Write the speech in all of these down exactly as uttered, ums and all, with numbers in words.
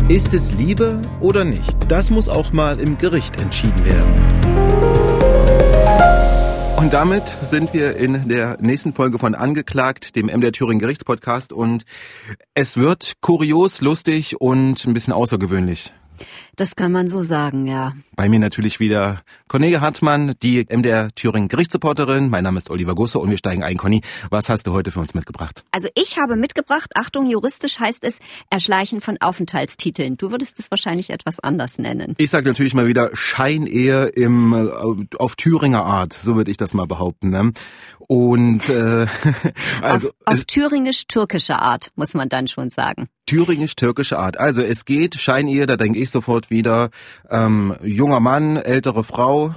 Ist es Liebe oder nicht? Das muss auch mal im Gericht entschieden werden. Und damit sind wir in der nächsten Folge von Angeklagt, dem M D R Thüringen Gerichtspodcast. Und es wird kurios, lustig und ein bisschen außergewöhnlich. Das kann man so sagen, ja. Bei mir natürlich wieder Cornelia Hartmann, die M D R Thüringen Gerichtsreporterin. Mein Name ist Oliver Gusse und wir steigen ein. Conny, was hast du heute für uns mitgebracht? Also ich habe mitgebracht, Achtung, juristisch heißt es Erschleichen von Aufenthaltstiteln. Du würdest es wahrscheinlich etwas anders nennen. Ich sage natürlich mal wieder Scheinehe im, auf Thüringer Art, so würde ich das mal behaupten. Ne? Und äh, also auf, auf thüringisch-türkische Art, muss man dann schon sagen. Thüringisch-türkische Art. Also es geht Scheinehe, da denke ich sofort wieder ähm, junger Mann, ältere Frau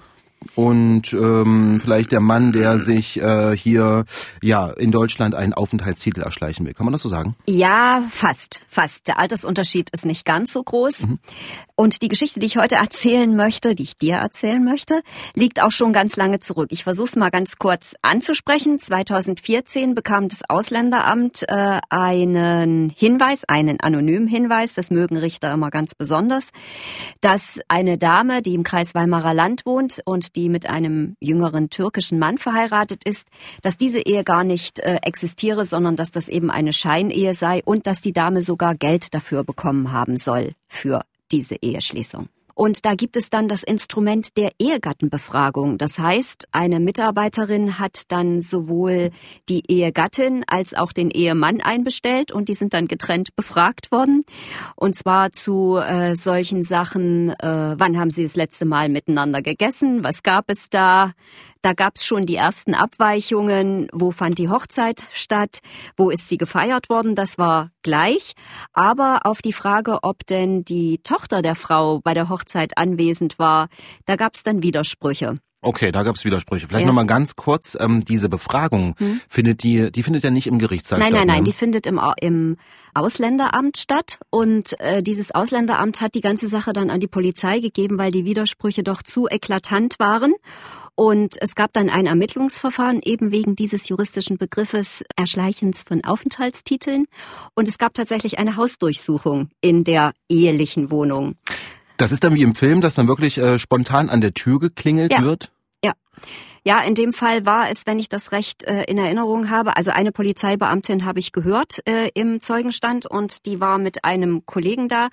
und ähm, vielleicht der Mann, der sich äh, hier ja in Deutschland einen Aufenthaltstitel erschleichen will. Kann man das so sagen? Ja, fast, fast. Der Altersunterschied ist nicht ganz so groß. Mhm. Und die Geschichte, die ich heute erzählen möchte, die ich dir erzählen möchte, liegt auch schon ganz lange zurück. Ich versuche es mal ganz kurz anzusprechen. zweitausendvierzehn bekam das Ausländeramt äh, einen Hinweis, einen anonymen Hinweis, das mögen Richter immer ganz besonders, dass eine Dame, die im Kreis Weimarer Land wohnt und die mit einem jüngeren türkischen Mann verheiratet ist, dass diese Ehe gar nicht äh, existiere, sondern dass das eben eine Scheinehe sei und dass die Dame sogar Geld dafür bekommen haben soll für diese Eheschließung. Und da gibt es dann das Instrument der Ehegattenbefragung. Das heißt, eine Mitarbeiterin hat dann sowohl die Ehegattin als auch den Ehemann einbestellt und die sind dann getrennt befragt worden. Und zwar zu äh, solchen Sachen, äh, wann haben sie das letzte Mal miteinander gegessen, was gab es da? Da gab es schon die ersten Abweichungen. Wo fand die Hochzeit statt? Wo ist sie gefeiert worden? Das war gleich. Aber auf die Frage, ob denn die Tochter der Frau bei der Hochzeit anwesend war, da gab es dann Widersprüche. Okay, da gab es Widersprüche. Vielleicht ja. nochmal ganz kurz, ähm, diese Befragung, hm? findet die, die findet ja nicht im Gerichtssaal nein, statt. Nein, nein, nein, ne? die findet im, im Ausländeramt statt und äh, dieses Ausländeramt hat die ganze Sache dann an die Polizei gegeben, weil die Widersprüche doch zu eklatant waren. Und es gab dann ein Ermittlungsverfahren eben wegen dieses juristischen Begriffes Erschleichens von Aufenthaltstiteln. Und es gab tatsächlich eine Hausdurchsuchung in der ehelichen Wohnung. Das ist dann wie im Film, dass dann wirklich äh, spontan an der Tür geklingelt ja. wird? Ja. Ja, in dem Fall war es, wenn ich das recht äh, in Erinnerung habe, also eine Polizeibeamtin habe ich gehört äh, im Zeugenstand und die war mit einem Kollegen da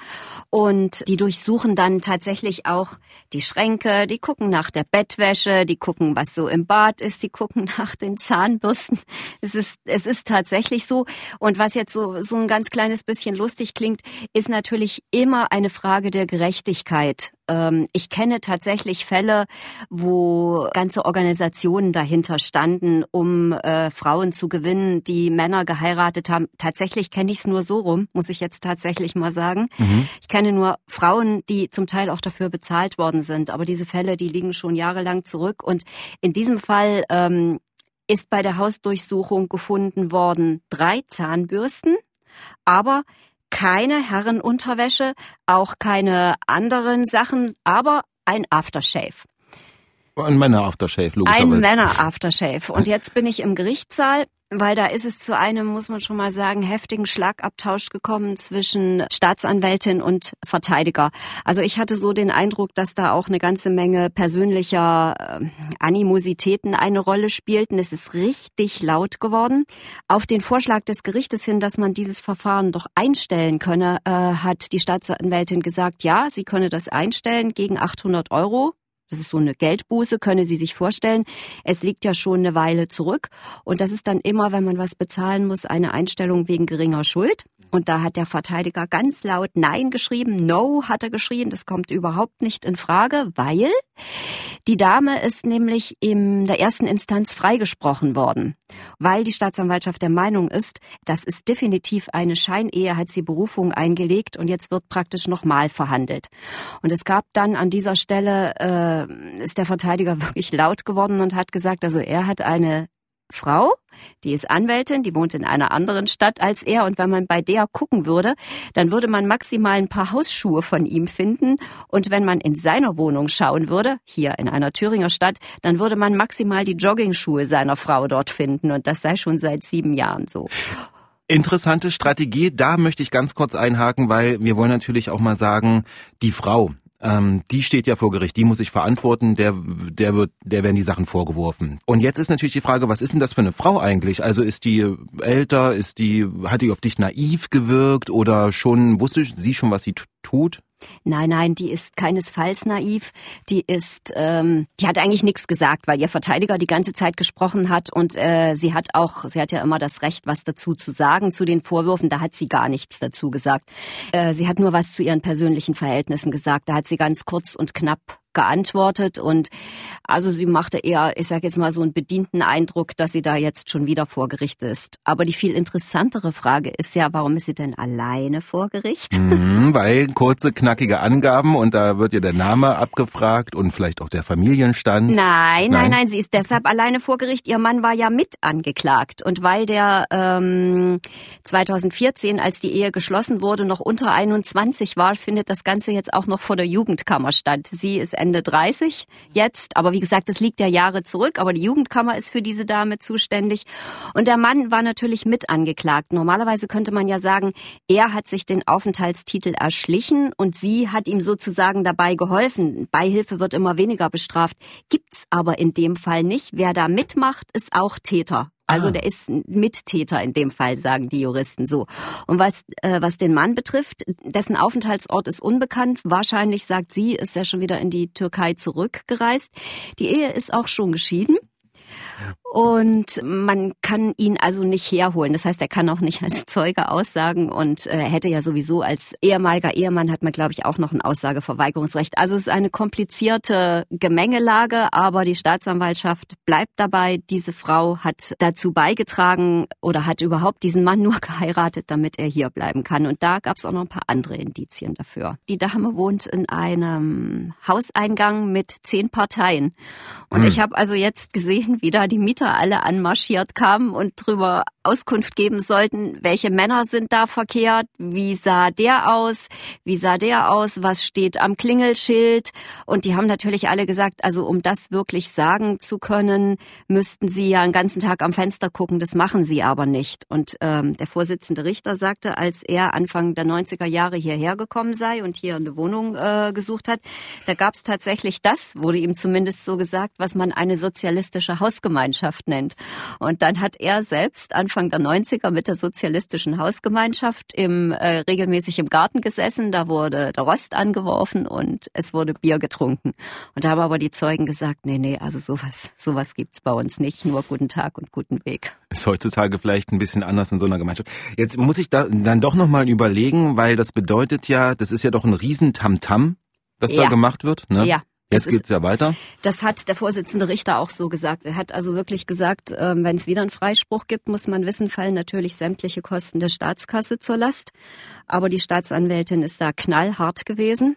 und die durchsuchen dann tatsächlich auch die Schränke, die gucken nach der Bettwäsche, die gucken, was so im Bad ist, die gucken nach den Zahnbürsten. Es ist, es ist tatsächlich so. Und was jetzt so, so ein ganz kleines bisschen lustig klingt, ist natürlich immer eine Frage der Gerechtigkeit. Ähm, ich kenne tatsächlich Fälle, wo ganze Organisationen dahinter standen, um äh, Frauen zu gewinnen, die Männer geheiratet haben. Tatsächlich kenne ich es nur so rum, muss ich jetzt tatsächlich mal sagen. Mhm. Ich kenne nur Frauen, die zum Teil auch dafür bezahlt worden sind. Aber diese Fälle, die liegen schon jahrelang zurück. Und in diesem Fall ähm, ist bei der Hausdurchsuchung gefunden worden drei Zahnbürsten, aber keine Herrenunterwäsche, auch keine anderen Sachen, aber ein Aftershave. Ein Männer-Aftershave, logischerweise. Ein Männer-Aftershave. Und jetzt bin ich im Gerichtssaal, weil da ist es zu einem, muss man schon mal sagen, heftigen Schlagabtausch gekommen zwischen Staatsanwältin und Verteidiger. Also ich hatte so den Eindruck, dass da auch eine ganze Menge persönlicher äh, Animositäten eine Rolle spielten. Es ist richtig laut geworden. Auf den Vorschlag des Gerichtes hin, dass man dieses Verfahren doch einstellen könne, äh, hat die Staatsanwältin gesagt, ja, sie könne das einstellen gegen achthundert Euro. Das ist so eine Geldbuße, könne sie sich vorstellen. Es liegt ja schon eine Weile zurück. Und das ist dann immer, wenn man was bezahlen muss, eine Einstellung wegen geringer Schuld. Und da hat der Verteidiger ganz laut Nein geschrieben. No, hat er geschrien. Das kommt überhaupt nicht in Frage, weil die Dame ist nämlich in der ersten Instanz freigesprochen worden. Weil die Staatsanwaltschaft der Meinung ist, das ist definitiv eine Scheinehe, hat sie Berufung eingelegt und jetzt wird praktisch nochmal verhandelt. Und es gab dann an dieser Stelle, äh, ist der Verteidiger wirklich laut geworden und hat gesagt, also er hat eine Frau, die ist Anwältin, die wohnt in einer anderen Stadt als er und wenn man bei der gucken würde, dann würde man maximal ein paar Hausschuhe von ihm finden und wenn man in seiner Wohnung schauen würde, hier in einer Thüringer Stadt, dann würde man maximal die Joggingschuhe seiner Frau dort finden und das sei schon seit sieben Jahren so. Interessante Strategie. Da möchte ich ganz kurz einhaken, weil wir wollen natürlich auch mal sagen, die Frau, ähm, die steht ja vor Gericht, die muss sich verantworten, der, der wird, der werden die Sachen vorgeworfen. Und jetzt ist natürlich die Frage, was ist denn das für eine Frau eigentlich? Also ist die älter, ist die, hat die auf dich naiv gewirkt oder schon, wusste sie schon, was sie t- tut? Nein, nein, die ist keinesfalls naiv. Die ist, ähm, die hat eigentlich nichts gesagt, weil ihr Verteidiger die ganze Zeit gesprochen hat und äh, sie hat auch, sie hat ja immer das Recht, was dazu zu sagen zu den Vorwürfen. Da hat sie gar nichts dazu gesagt. Äh, sie hat nur was zu ihren persönlichen Verhältnissen gesagt. Da hat sie ganz kurz und knapp geantwortet und also sie machte eher, ich sage jetzt mal so einen bedienten Eindruck, dass sie da jetzt schon wieder vor Gericht ist. Aber die viel interessantere Frage ist ja, warum ist sie denn alleine vor Gericht? Mhm, weil kurze, knackige Angaben und da wird ihr der Name abgefragt und vielleicht auch der Familienstand. Nein, nein, nein, nein, sie ist deshalb alleine vor Gericht. Ihr Mann war ja mit angeklagt und weil der ähm, zweitausendvierzehn, als die Ehe geschlossen wurde, noch unter einundzwanzig war, findet das Ganze jetzt auch noch vor der Jugendkammer statt. Sie ist Ende dreißig jetzt, aber wie gesagt, das liegt ja Jahre zurück, aber die Jugendkammer ist für diese Dame zuständig. Und der Mann war natürlich mit angeklagt. Normalerweise könnte man ja sagen, er hat sich den Aufenthaltstitel erschlichen und sie hat ihm sozusagen dabei geholfen. Beihilfe wird immer weniger bestraft, gibt's aber in dem Fall nicht. Wer da mitmacht, ist auch Täter. Also ah. der ist Mittäter in dem Fall, sagen die Juristen so. Und was, äh, was den Mann betrifft, dessen Aufenthaltsort ist unbekannt. Wahrscheinlich, sagt sie, ist er schon wieder in die Türkei zurückgereist. Die Ehe ist auch schon geschieden. Und man kann ihn also nicht herholen. Das heißt, er kann auch nicht als Zeuge aussagen und äh, hätte ja sowieso als ehemaliger Ehemann hat man, glaube ich, auch noch ein Aussageverweigerungsrecht. Also es ist eine komplizierte Gemengelage, aber die Staatsanwaltschaft bleibt dabei. Diese Frau hat dazu beigetragen oder hat überhaupt diesen Mann nur geheiratet, damit er hier bleiben kann. Und da gab es auch noch ein paar andere Indizien dafür. Die Dame wohnt in einem Hauseingang mit zehn Parteien. Und hm. ich habe also jetzt gesehen, wie da die Mieter alle anmarschiert kamen und drüber Auskunft geben sollten, welche Männer sind da verkehrt, wie sah der aus, wie sah der aus, was steht am Klingelschild. Und die haben natürlich alle gesagt, also um das wirklich sagen zu können, müssten sie ja einen ganzen Tag am Fenster gucken, das machen sie aber nicht. Und ähm, der Vorsitzende Richter sagte, als er Anfang der neunziger Jahre hierher gekommen sei und hier eine Wohnung äh, gesucht hat, da gab es tatsächlich das, wurde ihm zumindest so gesagt, was man eine sozialistische Hausgemeinschaft nennt. Und dann hat er selbst Anfang der neunziger mit der sozialistischen Hausgemeinschaft im äh, regelmäßig im Garten gesessen. Da wurde der Rost angeworfen und es wurde Bier getrunken. Und da haben aber die Zeugen gesagt, nee, nee, also sowas, sowas gibt's bei uns nicht. Nur guten Tag und guten Weg. Ist heutzutage vielleicht ein bisschen anders in so einer Gemeinschaft. Jetzt muss ich da dann doch nochmal überlegen, weil das bedeutet ja, das ist ja doch ein riesen Tamtam, das ja. da gemacht wird, ne? Ja. Jetzt geht's ja weiter. Das hat der Vorsitzende Richter auch so gesagt. Er hat also wirklich gesagt, wenn es wieder einen Freispruch gibt, muss man wissen, fallen natürlich sämtliche Kosten der Staatskasse zur Last. Aber die Staatsanwältin ist da knallhart gewesen.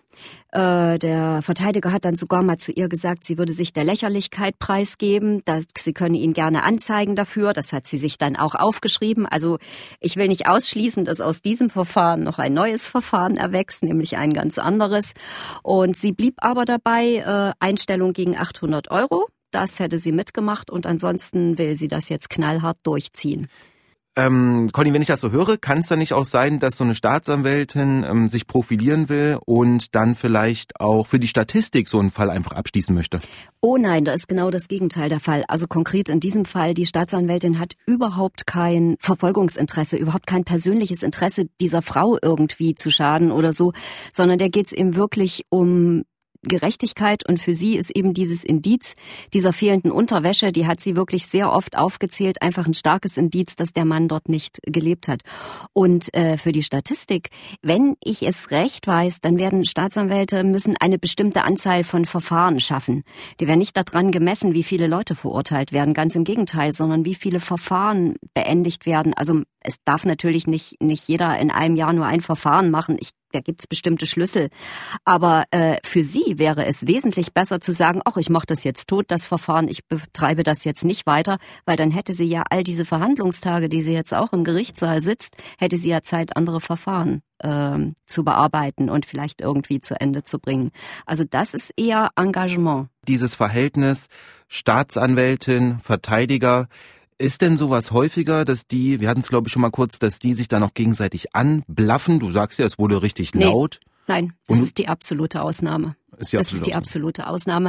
Der Verteidiger hat dann sogar mal zu ihr gesagt, sie würde sich der Lächerlichkeit preisgeben, dass sie könne ihn gerne anzeigen dafür. Das hat sie sich dann auch aufgeschrieben. Also ich will nicht ausschließen, dass aus diesem Verfahren noch ein neues Verfahren erwächst, nämlich ein ganz anderes. Und sie blieb aber dabei, Einstellung gegen achthundert Euro. Das hätte sie mitgemacht und ansonsten will sie das jetzt knallhart durchziehen. Ähm, Conny, wenn ich das so höre, kann es dann nicht auch sein, dass so eine Staatsanwältin ähm, sich profilieren will und dann vielleicht auch für die Statistik so einen Fall einfach abschließen möchte? Oh nein, da ist genau das Gegenteil der Fall. Also konkret in diesem Fall, die Staatsanwältin hat überhaupt kein Verfolgungsinteresse, überhaupt kein persönliches Interesse, dieser Frau irgendwie zu schaden oder so, sondern der geht es eben wirklich um Gerechtigkeit und für sie ist eben dieses Indiz dieser fehlenden Unterwäsche, die hat sie wirklich sehr oft aufgezählt, einfach ein starkes Indiz, dass der Mann dort nicht gelebt hat. Und äh, für die Statistik, wenn ich es recht weiß, dann werden Staatsanwälte müssen eine bestimmte Anzahl von Verfahren schaffen. Die werden nicht daran gemessen, wie viele Leute verurteilt werden, ganz im Gegenteil, sondern wie viele Verfahren beendigt werden. Also es darf natürlich nicht nicht jeder in einem Jahr nur ein Verfahren machen. Ich Da gibt's bestimmte Schlüssel. Aber äh, für sie wäre es wesentlich besser zu sagen, ach, ich mache das jetzt tot, das Verfahren, ich betreibe das jetzt nicht weiter, weil dann hätte sie ja all diese Verhandlungstage, die sie jetzt auch im Gerichtssaal sitzt, hätte sie ja Zeit, andere Verfahren äh, zu bearbeiten und vielleicht irgendwie zu Ende zu bringen. Also das ist eher Engagement. Dieses Verhältnis Staatsanwältin, Verteidiger, Ist denn sowas häufiger, dass die, wir hatten es glaube ich schon mal kurz, dass die sich da noch gegenseitig anblaffen? Du sagst ja, es wurde richtig nee. laut. Nein, das Und ist die absolute Ausnahme. Ist die das ist die absolute Ausnahme.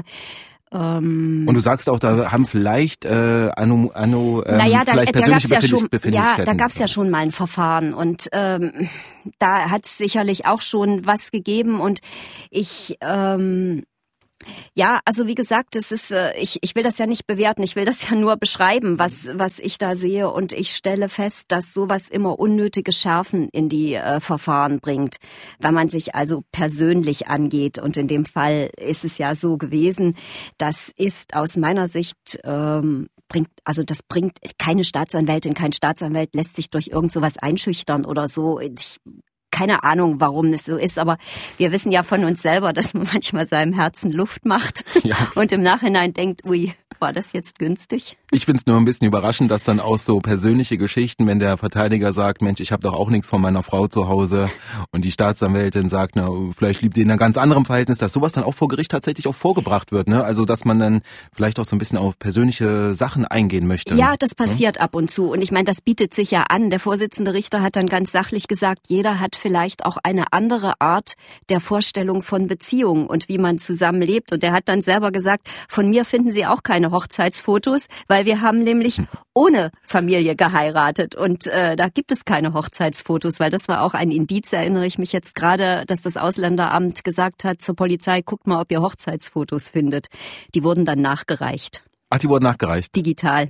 Ähm, Und du sagst auch, da haben vielleicht äh, Anno, Anno ähm, naja, da, vielleicht da persönliche gab's ja schon, Befindlichkeiten. Ja, da gab es ja schon mal ein Verfahren und ähm, da hat es sicherlich auch schon was gegeben und ich... Ähm, Ja, also wie gesagt, es ist, äh, ich, ich will das ja nicht bewerten, ich will das ja nur beschreiben, was, was ich da sehe und ich stelle fest, dass sowas immer unnötige Schärfen in die äh, Verfahren bringt, wenn man sich also persönlich angeht und in dem Fall ist es ja so gewesen, das ist aus meiner Sicht, ähm, bringt, also das bringt keine Staatsanwältin, kein Staatsanwalt lässt sich durch irgend sowas einschüchtern oder so. Ich, Keine Ahnung, warum es so ist, aber wir wissen ja von uns selber, dass man manchmal seinem Herzen Luft macht ja. und im Nachhinein denkt, ui, war das jetzt günstig? Ich finde es nur ein bisschen überraschend, dass dann auch so persönliche Geschichten, wenn der Verteidiger sagt, Mensch, ich habe doch auch nichts von meiner Frau zu Hause und die Staatsanwältin sagt, na, vielleicht liebt die in einem ganz anderen Verhältnis, dass sowas dann auch vor Gericht tatsächlich auch vorgebracht wird, ne? Also, dass man dann vielleicht auch so ein bisschen auf persönliche Sachen eingehen möchte. Ja, das passiert ja? ab und zu und ich meine, das bietet sich ja an. Der Vorsitzende Richter hat dann ganz sachlich gesagt, jeder hat vielleicht auch eine andere Art der Vorstellung von Beziehungen und wie man zusammenlebt. Und er hat dann selber gesagt, von mir finden Sie auch keine Hochzeitsfotos, weil wir haben nämlich ohne Familie geheiratet. Und äh, da gibt es keine Hochzeitsfotos, weil das war auch ein Indiz, erinnere ich mich jetzt gerade, dass das Ausländeramt gesagt hat zur Polizei, guckt mal, ob ihr Hochzeitsfotos findet. Die wurden dann nachgereicht. Ach, die wurden nachgereicht? Digital.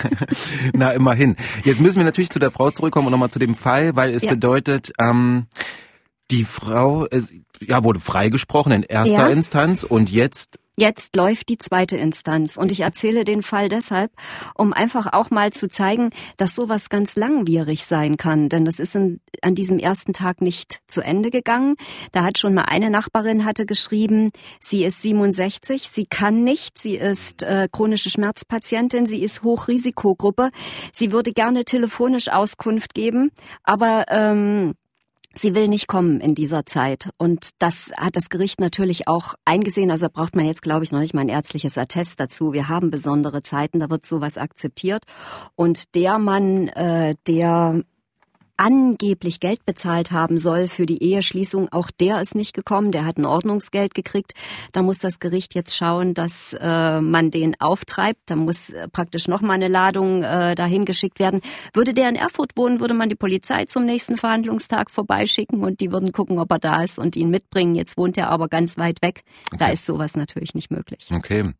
Na, immerhin. Jetzt müssen wir natürlich zu der Frau zurückkommen und nochmal zu dem Fall, weil es ja. bedeutet, ähm, die Frau ist, ja, wurde freigesprochen in erster ja. Instanz und jetzt... Jetzt läuft die zweite Instanz und ich erzähle den Fall deshalb, um einfach auch mal zu zeigen, dass sowas ganz langwierig sein kann, denn das ist in, an diesem ersten Tag nicht zu Ende gegangen. Da hat schon mal eine Nachbarin hatte geschrieben, sie ist siebenundsechzig, sie kann nicht, sie ist äh, chronische Schmerzpatientin, sie ist Hochrisikogruppe, sie würde gerne telefonisch Auskunft geben, aber ähm, sie will nicht kommen in dieser Zeit und das hat das Gericht natürlich auch eingesehen. Also da braucht man jetzt, glaube ich, noch nicht mal ein ärztliches Attest dazu. Wir haben besondere Zeiten, da wird sowas akzeptiert. Und der Mann, äh, der angeblich Geld bezahlt haben soll für die Eheschließung, auch der ist nicht gekommen, der hat ein Ordnungsgeld gekriegt. Da muss das Gericht jetzt schauen, dass äh, man den auftreibt. Da muss äh, praktisch nochmal eine Ladung äh, dahin geschickt werden. Würde der in Erfurt wohnen, würde man die Polizei zum nächsten Verhandlungstag vorbeischicken und die würden gucken, ob er da ist und ihn mitbringen. Jetzt wohnt er aber ganz weit weg. Okay. Da ist sowas natürlich nicht möglich. Okay.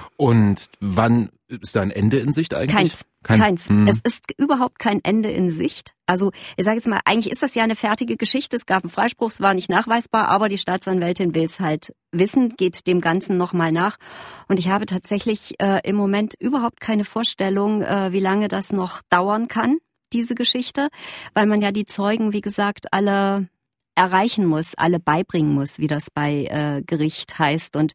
Und wann ist da ein Ende in Sicht eigentlich? Keins. Kein, Keins. Hm. Es ist überhaupt kein Ende in Sicht. Also ich sage jetzt mal, eigentlich ist das ja eine fertige Geschichte. Es gab einen Freispruch, es war nicht nachweisbar, aber die Staatsanwältin will es halt wissen, geht dem Ganzen nochmal nach. Und ich habe tatsächlich äh, im Moment überhaupt keine Vorstellung, äh, wie lange das noch dauern kann, diese Geschichte, weil man ja die Zeugen, wie gesagt, alle erreichen muss, alle beibringen muss, wie das bei äh, Gericht heißt. Und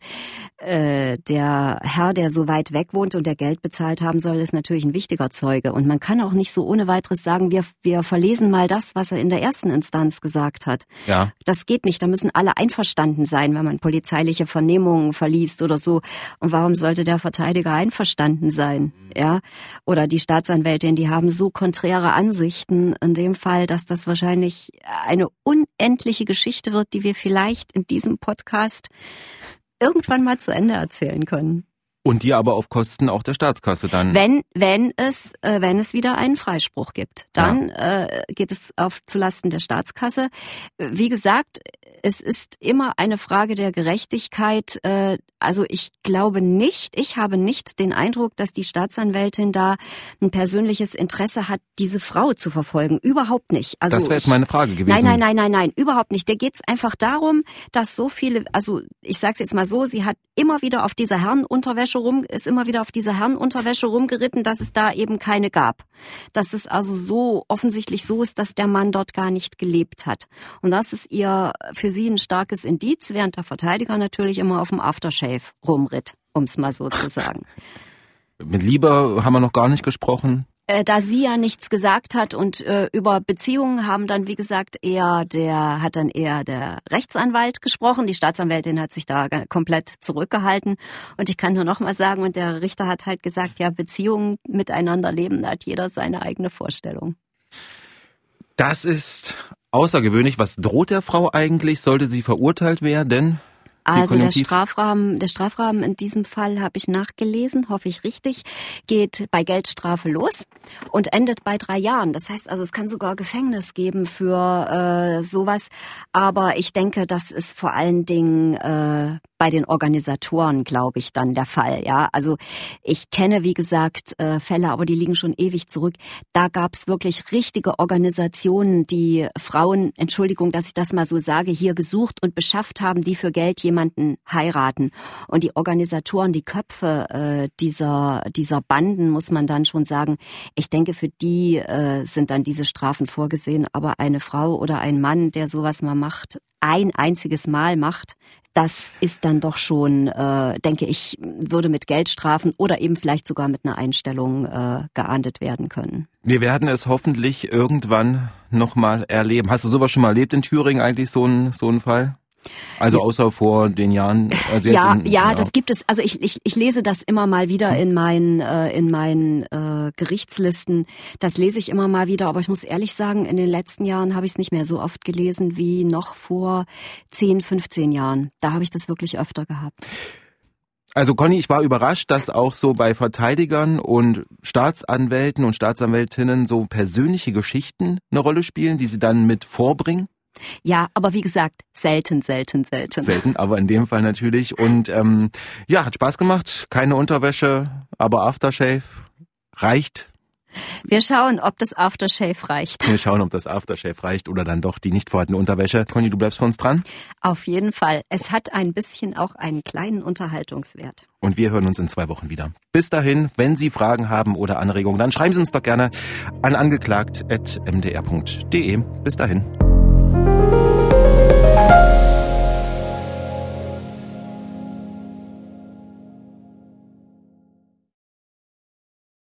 äh, der Herr, der so weit weg wohnt und der Geld bezahlt haben soll, ist natürlich ein wichtiger Zeuge. Und man kann auch nicht so ohne weiteres sagen, wir, wir verlesen mal das, was er in der ersten Instanz gesagt hat. Ja. Das geht nicht. Da müssen alle einverstanden sein, wenn man polizeiliche Vernehmungen verliest oder so. Und warum sollte der Verteidiger einverstanden sein? Ja? Oder die Staatsanwältin, die haben so konträre Ansichten in dem Fall, dass das wahrscheinlich eine unendliche Geschichte wird, die wir vielleicht in diesem Podcast irgendwann mal zu Ende erzählen können. Und die aber auf Kosten auch der Staatskasse dann. Wenn wenn es äh, wenn es wieder einen Freispruch gibt, dann ja. äh, geht es auf zulasten der Staatskasse. Wie gesagt, es ist immer eine Frage der Gerechtigkeit. Äh, also ich glaube nicht, ich habe nicht den Eindruck, dass die Staatsanwältin da ein persönliches Interesse hat, diese Frau zu verfolgen. Überhaupt nicht. Also das wäre jetzt meine Frage gewesen. Nein, nein, nein, nein, nein, überhaupt nicht. Da geht es einfach darum, dass so viele, also ich sage es jetzt mal so, sie hat immer wieder auf dieser Herrenunterwäsche rum, ist immer wieder auf dieser Herrenunterwäsche rumgeritten, dass es da eben keine gab. Dass es also so offensichtlich so ist, dass der Mann dort gar nicht gelebt hat. Und das ist ihr für sie ein starkes Indiz, während der Verteidiger natürlich immer auf dem Aftershave rumritt, um es mal so zu sagen. Mit Liebe haben wir noch gar nicht gesprochen. Äh, da sie ja nichts gesagt hat und äh, über Beziehungen haben dann, wie gesagt, eher der, hat dann eher der Rechtsanwalt gesprochen. Die Staatsanwältin hat sich da komplett zurückgehalten. Und ich kann nur noch mal sagen, und der Richter hat halt gesagt, ja, Beziehungen miteinander leben, da hat jeder seine eigene Vorstellung. Das ist außergewöhnlich. Was droht der Frau eigentlich? Sollte sie verurteilt werden? Also der Strafrahmen, der Strafrahmen in diesem Fall habe ich nachgelesen, hoffe ich richtig, geht bei Geldstrafe los und endet bei drei Jahren. Das heißt also, es kann sogar Gefängnis geben für äh, sowas. Aber ich denke, das ist vor allen Dingen äh, bei den Organisatoren, glaube ich, dann der Fall. Ja, also ich kenne, wie gesagt, äh, Fälle, aber die liegen schon ewig zurück. Da gab es wirklich richtige Organisationen, die Frauen, Entschuldigung, dass ich das mal so sage, hier gesucht und beschafft haben, die für Geld jemanden heiraten. Und die Organisatoren, die Köpfe äh, dieser dieser Banden, muss man dann schon sagen, ich denke, für die äh, sind dann diese Strafen vorgesehen. Aber eine Frau oder ein Mann, der sowas mal macht, ein einziges Mal macht, das ist dann doch schon, äh, denke ich, würde mit Geldstrafen oder eben vielleicht sogar mit einer Einstellung äh, geahndet werden können. Wir werden es hoffentlich irgendwann nochmal erleben. Hast du sowas schon mal erlebt in Thüringen, eigentlich so ein, so ein Fall? Also außer vor den Jahren, also jetzt ja, in, ja, ja, das gibt es. Also ich, ich, ich lese das immer mal wieder in meinen äh, in meinen äh, Gerichtslisten. Das lese ich immer mal wieder. Aber ich muss ehrlich sagen, in den letzten Jahren habe ich es nicht mehr so oft gelesen wie noch vor zehn, fünfzehn Jahren. Da habe ich das wirklich öfter gehabt. Also Conny, ich war überrascht, dass auch so bei Verteidigern und Staatsanwälten und Staatsanwältinnen so persönliche Geschichten eine Rolle spielen, die sie dann mit vorbringen. Ja, aber wie gesagt, selten, selten, selten. Selten, aber in dem Fall natürlich. Und ähm, ja, hat Spaß gemacht. Keine Unterwäsche, aber Aftershave reicht. Wir schauen, ob das Aftershave reicht. Wir schauen, ob das Aftershave reicht oder dann doch die nicht vorhandene Unterwäsche. Conny, du bleibst für uns dran? Auf jeden Fall. Es hat ein bisschen auch einen kleinen Unterhaltungswert. Und wir hören uns in zwei Wochen wieder. Bis dahin, wenn Sie Fragen haben oder Anregungen, dann schreiben Sie uns doch gerne an angeklagt punkt m d r punkt d e. Bis dahin.